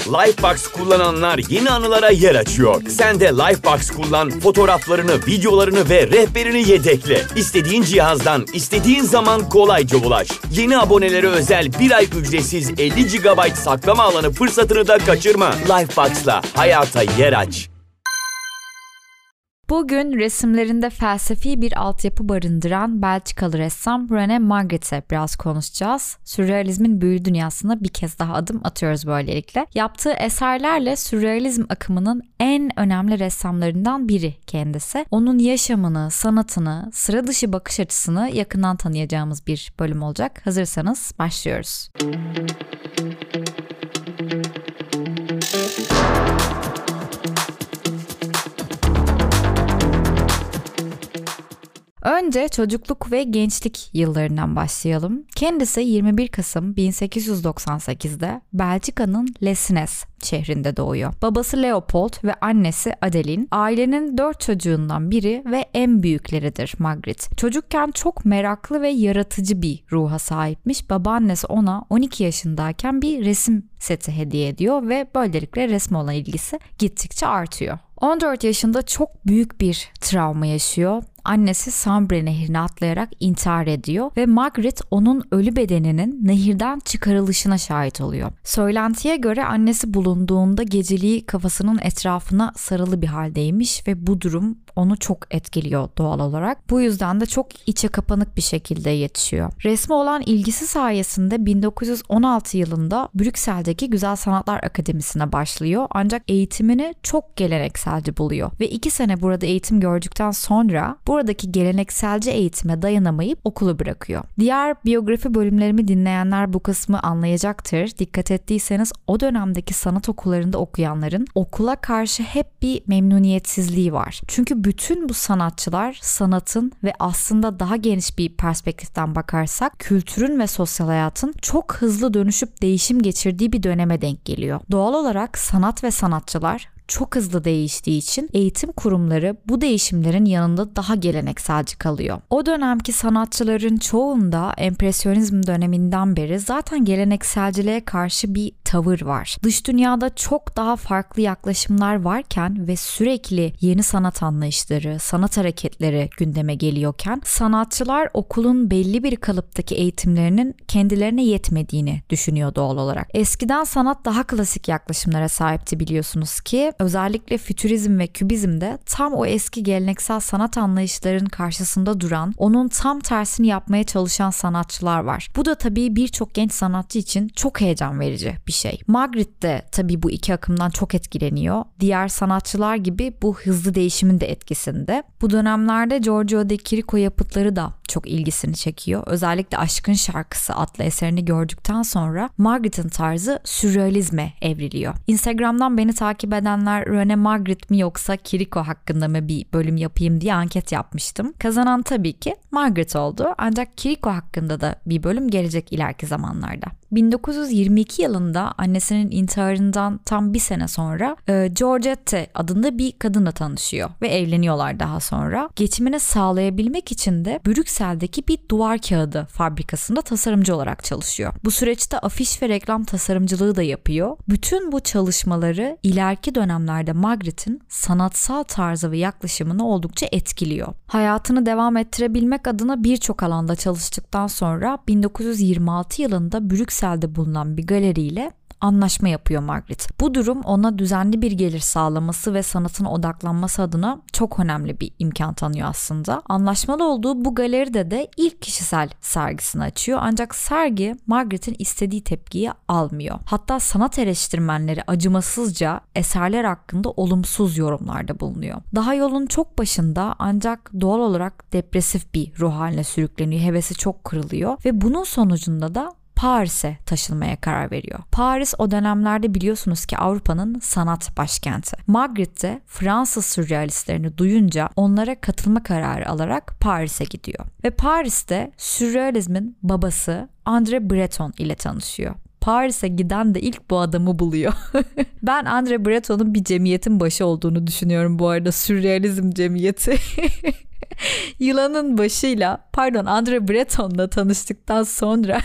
Lifebox kullananlar yeni anılara yer açıyor. Sen de Lifebox kullan, fotoğraflarını, videolarını ve rehberini yedekle. İstediğin cihazdan, istediğin zaman kolayca ulaş. Yeni abonelere özel 1 ay ücretsiz 50 GB saklama alanı fırsatını da kaçırma. Lifebox'la hayata yer aç. Bugün resimlerinde felsefi bir altyapı barındıran Belçikalı ressam René Magritte'e biraz konuşacağız. Sürrealizmin büyülü dünyasına bir kez daha adım atıyoruz böylelikle. Yaptığı eserlerle sürrealizm akımının en önemli ressamlarından biri kendisi. Onun yaşamını, sanatını, sıra dışı bakış açısını yakından tanıyacağımız bir bölüm olacak. Hazırsanız başlıyoruz. Önce çocukluk ve gençlik yıllarından başlayalım. Kendisi 21 Kasım 1898'de Belçika'nın Lesnes şehrinde doğuyor. Babası Leopold ve annesi Adeline ailenin 4 çocuğundan biri ve en büyükleridir Magritte. Çocukken çok meraklı ve yaratıcı bir ruha sahipmiş. Babaannesi ona 12 yaşındayken bir resim seti hediye ediyor ve böylelikle resme olan ilgisi gittikçe artıyor. 14 yaşında çok büyük bir travma yaşıyor. Annesi Sambre nehrine atlayarak intihar ediyor ve Magritte onun ölü bedeninin nehirden çıkarılışına şahit oluyor. Söylentiye göre annesi bulunduğunda geceliği kafasının etrafına sarılı bir haldeymiş ve bu durum onu çok etkiliyor doğal olarak. Bu yüzden de çok içe kapanık bir şekilde yetişiyor. Resme olan ilgisi sayesinde 1916 yılında Brüksel'deki Güzel Sanatlar Akademisi'ne başlıyor. Ancak eğitimini çok gelenekselci buluyor ve 2 sene burada eğitim gördükten sonra buradaki gelenekselci eğitime dayanamayıp okulu bırakıyor. Diğer biyografi bölümlerimi dinleyenler bu kısmı anlayacaktır. Dikkat ettiyseniz o dönemdeki sanat okullarında okuyanların okula karşı hep bir memnuniyetsizliği var. Çünkü bütün bu sanatçılar sanatın ve aslında daha geniş bir perspektiften bakarsak kültürün ve sosyal hayatın çok hızlı dönüşüp değişim geçirdiği bir döneme denk geliyor. Doğal olarak sanat ve sanatçılar çok hızlı değiştiği için eğitim kurumları bu değişimlerin yanında daha gelenekselci kalıyor. O dönemki sanatçıların çoğunda empresyonizm döneminden beri zaten gelenekselciliğe karşı bir tavır var. Dış dünyada çok daha farklı yaklaşımlar varken ve sürekli yeni sanat anlayışları, sanat hareketleri gündeme geliyorken sanatçılar okulun belli bir kalıptaki eğitimlerinin kendilerine yetmediğini düşünüyor doğal olarak. Eskiden sanat daha klasik yaklaşımlara sahipti biliyorsunuz ki. Özellikle fütürizm ve kübizmde tam o eski geleneksel sanat anlayışlarının karşısında duran, onun tam tersini yapmaya çalışan sanatçılar var. Bu da tabii birçok genç sanatçı için çok heyecan verici bir şey. Magritte de tabii bu iki akımdan çok etkileniyor. Diğer sanatçılar gibi bu hızlı değişimin de etkisinde. Bu dönemlerde Giorgio de Chirico yapıtları da çok ilgisini çekiyor. Özellikle Aşkın Şarkısı adlı eserini gördükten sonra Magritte'in tarzı sürrealizme evriliyor. Instagram'dan beni takip edenler René Magritte mi yoksa Chirico hakkında mı bir bölüm yapayım diye anket yapmıştım. Kazanan tabii ki Magritte oldu. Ancak Chirico hakkında da bir bölüm gelecek ileriki zamanlarda. 1922 yılında annesinin intiharından tam bir sene sonra Georgette adında bir kadınla tanışıyor ve evleniyorlar daha sonra. Geçimini sağlayabilmek için de Brüksel'deki bir duvar kağıdı fabrikasında tasarımcı olarak çalışıyor. Bu süreçte afiş ve reklam tasarımcılığı da yapıyor. Bütün bu çalışmaları ileriki dönemlerde Magritte'in sanatsal tarzı ve yaklaşımını oldukça etkiliyor. Hayatını devam ettirebilmek adına birçok alanda çalıştıktan sonra 1926 yılında Brüksel'de bulunan bir galeriyle anlaşma yapıyor Magritte. Bu durum ona düzenli bir gelir sağlaması ve sanatına odaklanması adına çok önemli bir imkan tanıyor aslında. Anlaşmalı olduğu bu galeride de ilk kişisel sergisini açıyor ancak sergi Magritte'in istediği tepkiyi almıyor. Hatta sanat eleştirmenleri acımasızca eserler hakkında olumsuz yorumlarda bulunuyor. Daha yolun çok başında ancak doğal olarak depresif bir ruh haline sürükleniyor. Hevesi çok kırılıyor ve bunun sonucunda da Paris'e taşınmaya karar veriyor. Paris o dönemlerde biliyorsunuz ki Avrupa'nın sanat başkenti. Magritte de Fransız sürrealistlerini duyunca onlara katılma kararı alarak Paris'e gidiyor. Ve Paris'te sürrealizmin babası André Breton ile tanışıyor. Paris'e giden de ilk bu adamı buluyor. Ben André Breton'un bir cemiyetin başı olduğunu düşünüyorum bu arada. Sürrealizm cemiyeti. Yılanın başıyla André Breton'la tanıştıktan sonra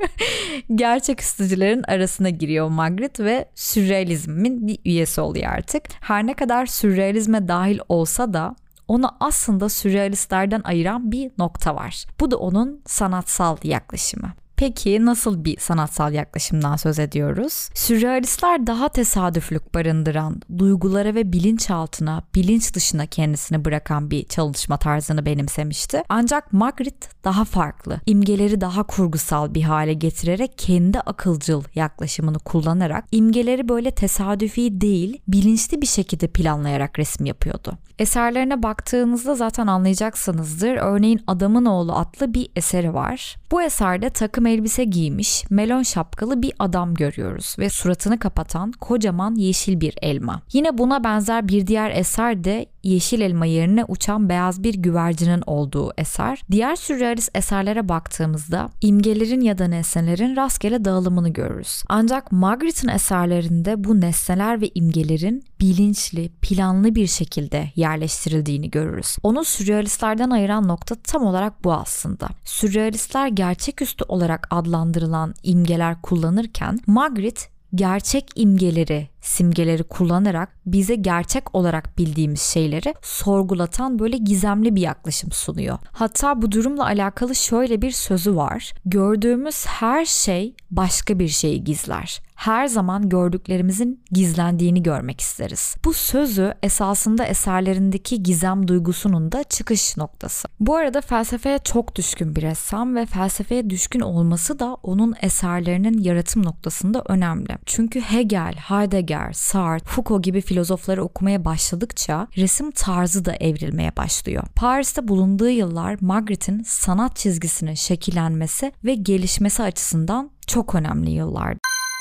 gerçeküstücülerin arasına giriyor Magritte ve sürrealizmin bir üyesi oluyor artık. Her ne kadar sürrealizme dahil olsa da onu aslında sürrealistlerden ayıran bir nokta var. Bu da onun sanatsal yaklaşımı. Peki nasıl bir sanatsal yaklaşımdan söz ediyoruz? Sürrealistler daha tesadüflük barındıran, duygulara ve bilinçaltına, bilinç dışına kendisini bırakan bir çalışma tarzını benimsemişti. Ancak Magritte daha farklı, imgeleri daha kurgusal bir hale getirerek kendi akılcıl yaklaşımını kullanarak imgeleri böyle tesadüfi değil, bilinçli bir şekilde planlayarak resim yapıyordu. Eserlerine baktığınızda zaten anlayacaksınızdır. Örneğin Adamın Oğlu adlı bir eseri var. Bu eserde takım elbise giymiş, melon şapkalı bir adam görüyoruz ve suratını kapatan kocaman yeşil bir elma. Yine buna benzer bir diğer eser de yeşil elma yerine uçan beyaz bir güvercinin olduğu eser. Diğer sürrealist eserlere baktığımızda imgelerin ya da nesnelerin rastgele dağılımını görürüz. Ancak Magritte'in eserlerinde bu nesneler ve imgelerin bilinçli, planlı bir şekilde yerleştirildiğini görürüz. Onu sürrealistlerden ayıran nokta tam olarak bu aslında. Sürrealistler gerçeküstü olarak adlandırılan imgeler kullanırken Magritte gerçek imgeleri, simgeleri kullanarak bize gerçek olarak bildiğimiz şeyleri sorgulatan böyle gizemli bir yaklaşım sunuyor. Hatta bu durumla alakalı şöyle bir sözü var. Gördüğümüz her şey başka bir şeyi gizler. Her zaman gördüklerimizin gizlendiğini görmek isteriz. Bu sözü esasında eserlerindeki gizem duygusunun da çıkış noktası. Bu arada felsefeye çok düşkün bir ressam ve felsefeye düşkün olması da onun eserlerinin yaratım noktasında önemli. Çünkü Hegel, Heidegger, Sartre, Foucault gibi filozofları okumaya başladıkça resim tarzı da evrilmeye başlıyor. Paris'te bulunduğu yıllar Magritte'in sanat çizgisinin şekillenmesi ve gelişmesi açısından çok önemli yıllardı.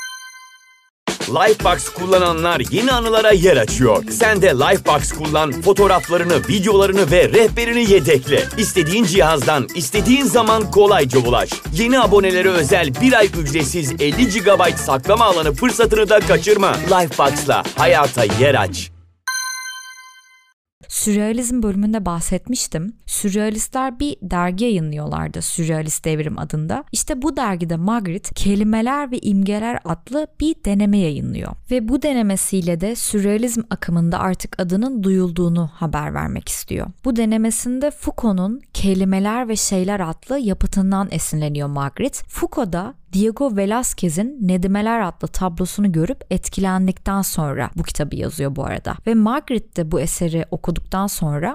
Lifebox kullananlar yeni anılara yer açıyor. Sen de Lifebox kullan, fotoğraflarını, videolarını ve rehberini yedekle. İstediğin cihazdan, istediğin zaman kolayca ulaş. Yeni abonelere özel 1 ay ücretsiz 50 GB saklama alanı fırsatını da kaçırma. Lifebox'la hayata yer aç. Sürrealizm bölümünde bahsetmiştim. Sürrealistler bir dergi yayınlıyorlardı, Sürrealist Devrim adında. İşte bu dergide Magritte Kelimeler ve İmgeler adlı bir deneme yayınlıyor. Ve bu denemesiyle de sürrealizm akımında artık adının duyulduğunu haber vermek istiyor. Bu denemesinde Foucault'un Kelimeler ve Şeyler adlı yapıtından esinleniyor Magritte. Foucault da Diego Velázquez'in Nedimeler adlı tablosunu görüp etkilendikten sonra bu kitabı yazıyor bu arada. Ve Magritte de bu eseri okuduktan sonra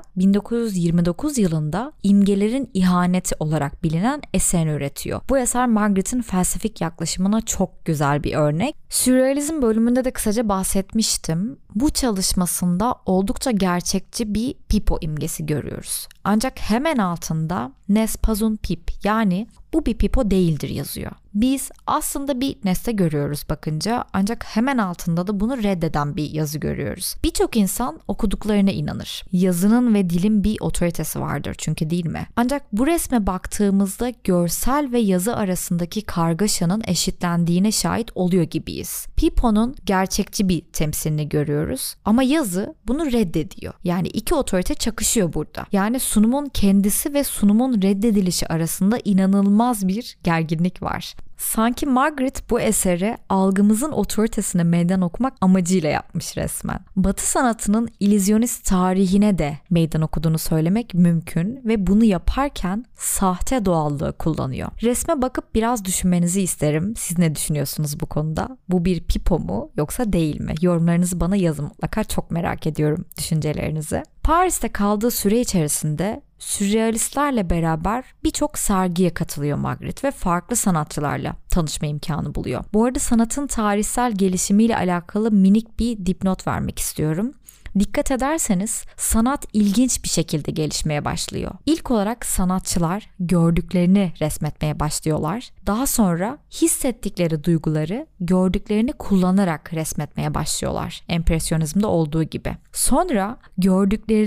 1929 yılında İmgelerin İhaneti olarak bilinen eserini üretiyor. Bu eser Magritte'in felsefik yaklaşımına çok güzel bir örnek. Sürrealizm bölümünde de kısaca bahsetmiştim. Bu çalışmasında oldukça gerçekçi bir pipo imgesi görüyoruz. Ancak hemen altında N'est pas un pipe, yani bu bir pipo değildir yazıyor. Biz aslında bir nesne görüyoruz bakınca, ancak hemen altında da bunu reddeden bir yazı görüyoruz. Birçok insan okuduklarına inanır. Yazının ve dilin bir otoritesi vardır çünkü, değil mi? Ancak bu resme baktığımızda görsel ve yazı arasındaki kargaşanın eşitlendiğine şahit oluyor gibiyiz. Pipo'nun gerçekçi bir temsilini görüyoruz ama yazı bunu reddediyor. Yani iki otorite çakışıyor burada. Yani sunumun kendisi ve sunumun reddedilişi arasında inanılmaz bir gerginlik var. Sanki Magritte bu eseri algımızın otoritesine meydan okumak amacıyla yapmış resmen. Batı sanatının illüzyonist tarihine de meydan okuduğunu söylemek mümkün ve bunu yaparken sahte doğallığı kullanıyor. Resme bakıp biraz düşünmenizi isterim. Siz ne düşünüyorsunuz bu konuda? Bu bir pipo mu yoksa değil mi? Yorumlarınızı bana yazın mutlaka, çok merak ediyorum düşüncelerinizi. Paris'te kaldığı süre içerisinde sürrealistlerle beraber birçok sergiye katılıyor Magritte ve farklı sanatçılarla tanışma imkanı buluyor. Bu arada sanatın tarihsel gelişimiyle alakalı minik bir dipnot vermek istiyorum. Dikkat ederseniz sanat ilginç bir şekilde gelişmeye başlıyor. İlk olarak sanatçılar gördüklerini resmetmeye başlıyorlar. Daha sonra hissettikleri duyguları gördüklerini kullanarak resmetmeye başlıyorlar. Empresyonizmde olduğu gibi. Sonra gördüklerinin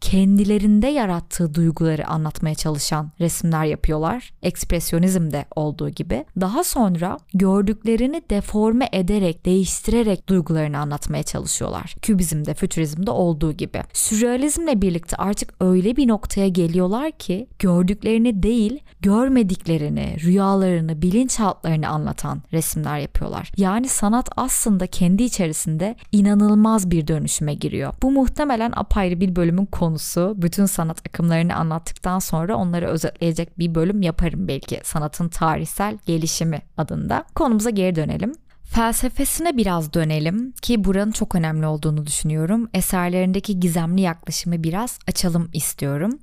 kendilerinde yarattığı duyguları anlatmaya çalışan resimler yapıyorlar. Ekspresyonizmde olduğu gibi. Daha sonra gördüklerini deforme ederek, değiştirerek duygularını anlatmaya çalışıyorlar. Kübizmde, fütürizmde olduğu gibi. Sürrealizmle birlikte artık öyle bir noktaya geliyorlar ki gördüklerini değil, görmediklerini, rüyalarını, bilinçaltlarını anlatan resimler yapıyorlar. Yani sanat aslında kendi içerisinde inanılmaz bir dönüşüme giriyor. Bu muhtemelen apayrı bir bölümün konusu. Bütün sanat akımlarını anlattıktan sonra onları özetleyecek bir bölüm yaparım belki. Sanatın tarihsel gelişimi adında. Konumuza geri dönelim. Felsefesine biraz dönelim ki buranın çok önemli olduğunu düşünüyorum. Eserlerindeki gizemli yaklaşımı biraz açalım istiyorum.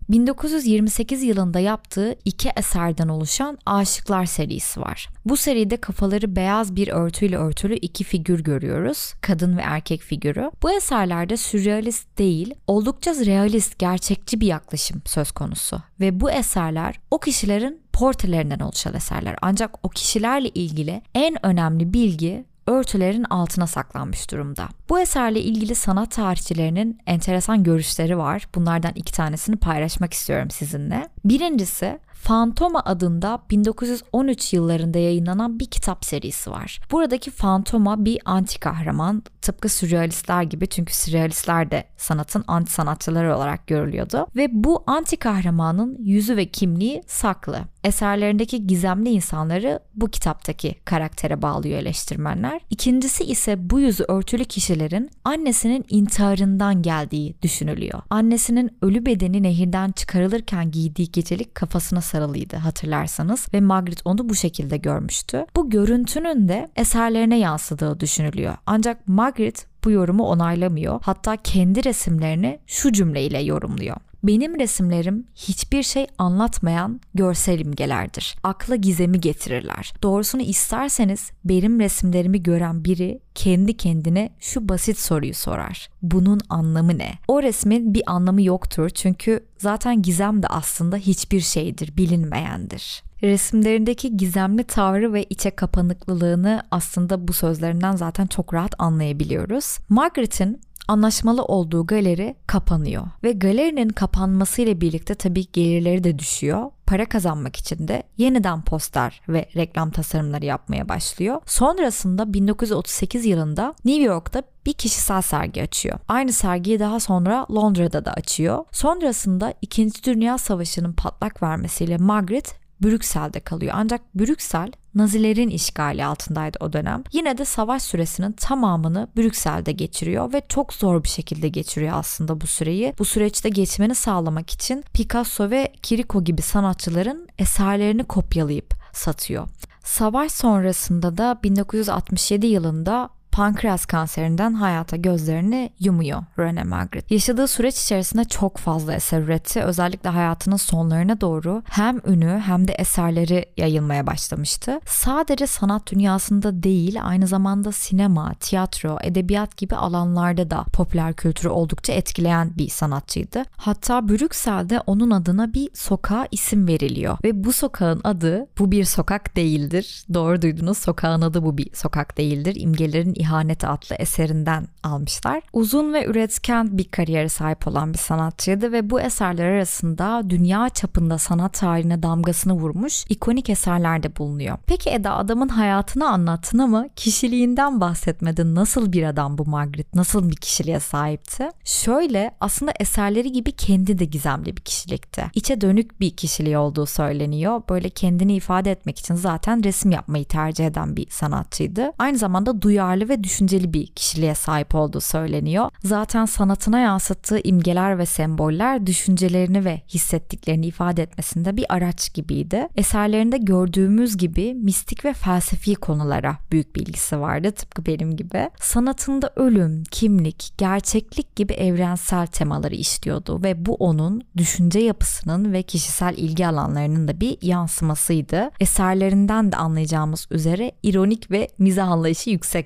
1928 yılında yaptığı 2 eserden oluşan Aşıklar serisi var. Bu seride kafaları beyaz bir örtüyle örtülü 2 figür görüyoruz. Kadın ve erkek figürü. Bu eserlerde sürrealist değil, oldukça realist, gerçekçi bir yaklaşım söz konusu. Ve bu eserler o kişilerin portrelerinden oluşan eserler. Ancak o kişilerle ilgili en önemli bilgi örtülerin altına saklanmış durumda. Bu eserle ilgili sanat tarihçilerinin enteresan görüşleri var. Bunlardan 2 tanesini paylaşmak istiyorum sizinle. Birincisi, Fantoma adında 1913 yıllarında yayınlanan bir kitap serisi var. Buradaki Fantoma bir anti kahraman, tıpkı sürrealistler gibi, çünkü sürrealistler de sanatın anti sanatçıları olarak görülüyordu. Ve bu anti kahramanın yüzü ve kimliği saklı. Eserlerindeki gizemli insanları bu kitaptaki karaktere bağlıyor eleştirmenler. İkincisi ise bu yüzü örtülü kişilerin annesinin intiharından geldiği düşünülüyor. Annesinin ölü bedeni nehirden çıkarılırken giydiği gecelik kafasına sarılıydı hatırlarsanız ve Magritte onu bu şekilde görmüştü. Bu görüntünün de eserlerine yansıdığı düşünülüyor. Ancak Magritte bu yorumu onaylamıyor. Hatta kendi resimlerini şu cümleyle yorumluyor. Benim resimlerim hiçbir şey anlatmayan görsel imgelerdir. Akla gizemi getirirler. Doğrusunu isterseniz benim resimlerimi gören biri kendi kendine şu basit soruyu sorar. Bunun anlamı ne? O resmin bir anlamı yoktur çünkü zaten gizem de aslında hiçbir şeydir, bilinmeyendir. Resimlerindeki gizemli tavrı ve içe kapanıklılığını aslında bu sözlerinden zaten çok rahat anlayabiliyoruz. Magritte'in anlaşmalı olduğu galeri kapanıyor ve galerinin kapanmasıyla birlikte tabii gelirleri de düşüyor. Para kazanmak için de yeniden poster ve reklam tasarımları yapmaya başlıyor. Sonrasında 1938 yılında New York'ta bir kişisel sergi açıyor. Aynı sergiyi daha sonra Londra'da da açıyor. Sonrasında 2. Dünya Savaşı'nın patlak vermesiyle Magritte Brüksel'de kalıyor. Ancak Brüksel Nazilerin işgali altındaydı o dönem. Yine de savaş süresinin tamamını Brüksel'de geçiriyor ve çok zor bir şekilde geçiriyor aslında bu süreyi. Bu süreçte geçmeni sağlamak için Picasso ve Chirico gibi sanatçıların eserlerini kopyalayıp satıyor. Savaş sonrasında da 1967 yılında pankreas kanserinden hayata gözlerini yumuyor René Magritte. Yaşadığı süreç içerisinde çok fazla eser üretti. Özellikle hayatının sonlarına doğru hem ünü hem de eserleri yayılmaya başlamıştı. Sadece sanat dünyasında değil, aynı zamanda sinema, tiyatro, edebiyat gibi alanlarda da popüler kültürü oldukça etkileyen bir sanatçıydı. Hatta Brüksel'de onun adına bir sokağa isim veriliyor ve bu sokağın adı bu bir sokak değildir. Doğru duydunuz, sokağın adı bu bir sokak değildir. İmgelerin İhaneti adlı eserinden almışlar. Uzun ve üretken bir kariyere sahip olan bir sanatçıydı ve bu eserler arasında dünya çapında sanat tarihine damgasını vurmuş ikonik eserler de bulunuyor. Peki Eda, adamın hayatını anlattın ama kişiliğinden bahsetmedin. Nasıl bir adam bu Magritte? Nasıl bir kişiliğe sahipti? Şöyle, aslında eserleri gibi kendi de gizemli bir kişilikti. İçe dönük bir kişiliği olduğu söyleniyor. Böyle kendini ifade etmek için zaten resim yapmayı tercih eden bir sanatçıydı. Aynı zamanda duyarlı ve düşünceli bir kişiliğe sahip olduğu söyleniyor. Zaten sanatına yansıttığı imgeler ve semboller düşüncelerini ve hissettiklerini ifade etmesinde bir araç gibiydi. Eserlerinde gördüğümüz gibi mistik ve felsefi konulara büyük bir ilgisi vardı, tıpkı benim gibi. Sanatında ölüm, kimlik, gerçeklik gibi evrensel temaları işliyordu ve bu onun düşünce yapısının ve kişisel ilgi alanlarının da bir yansımasıydı. Eserlerinden de anlayacağımız üzere ironik ve mizah anlayışı yüksek bir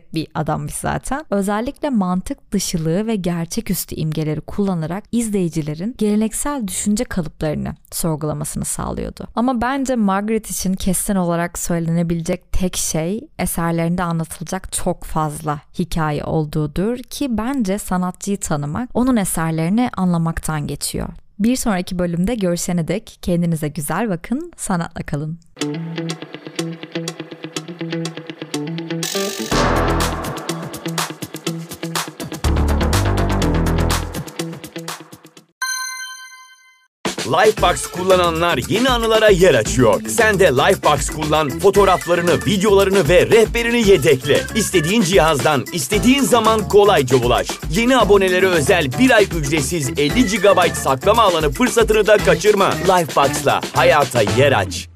adammış zaten. Özellikle mantık dışılığı ve gerçeküstü imgeleri kullanarak izleyicilerin geleneksel düşünce kalıplarını sorgulamasını sağlıyordu. Ama bence Margaret için kesin olarak söylenebilecek tek şey eserlerinde anlatılacak çok fazla hikaye olduğudur ki bence sanatçıyı tanımak onun eserlerini anlamaktan geçiyor. Bir sonraki bölümde görüşene dek kendinize güzel bakın, sanatla kalın. Lifebox kullananlar yeni anılara yer açıyor. Sen de Lifebox kullan, fotoğraflarını, videolarını ve rehberini yedekle. İstediğin cihazdan, istediğin zaman kolayca ulaş. Yeni abonelere özel 1 ay ücretsiz 50 GB saklama alanı fırsatını da kaçırma. Lifebox'la hayata yer aç.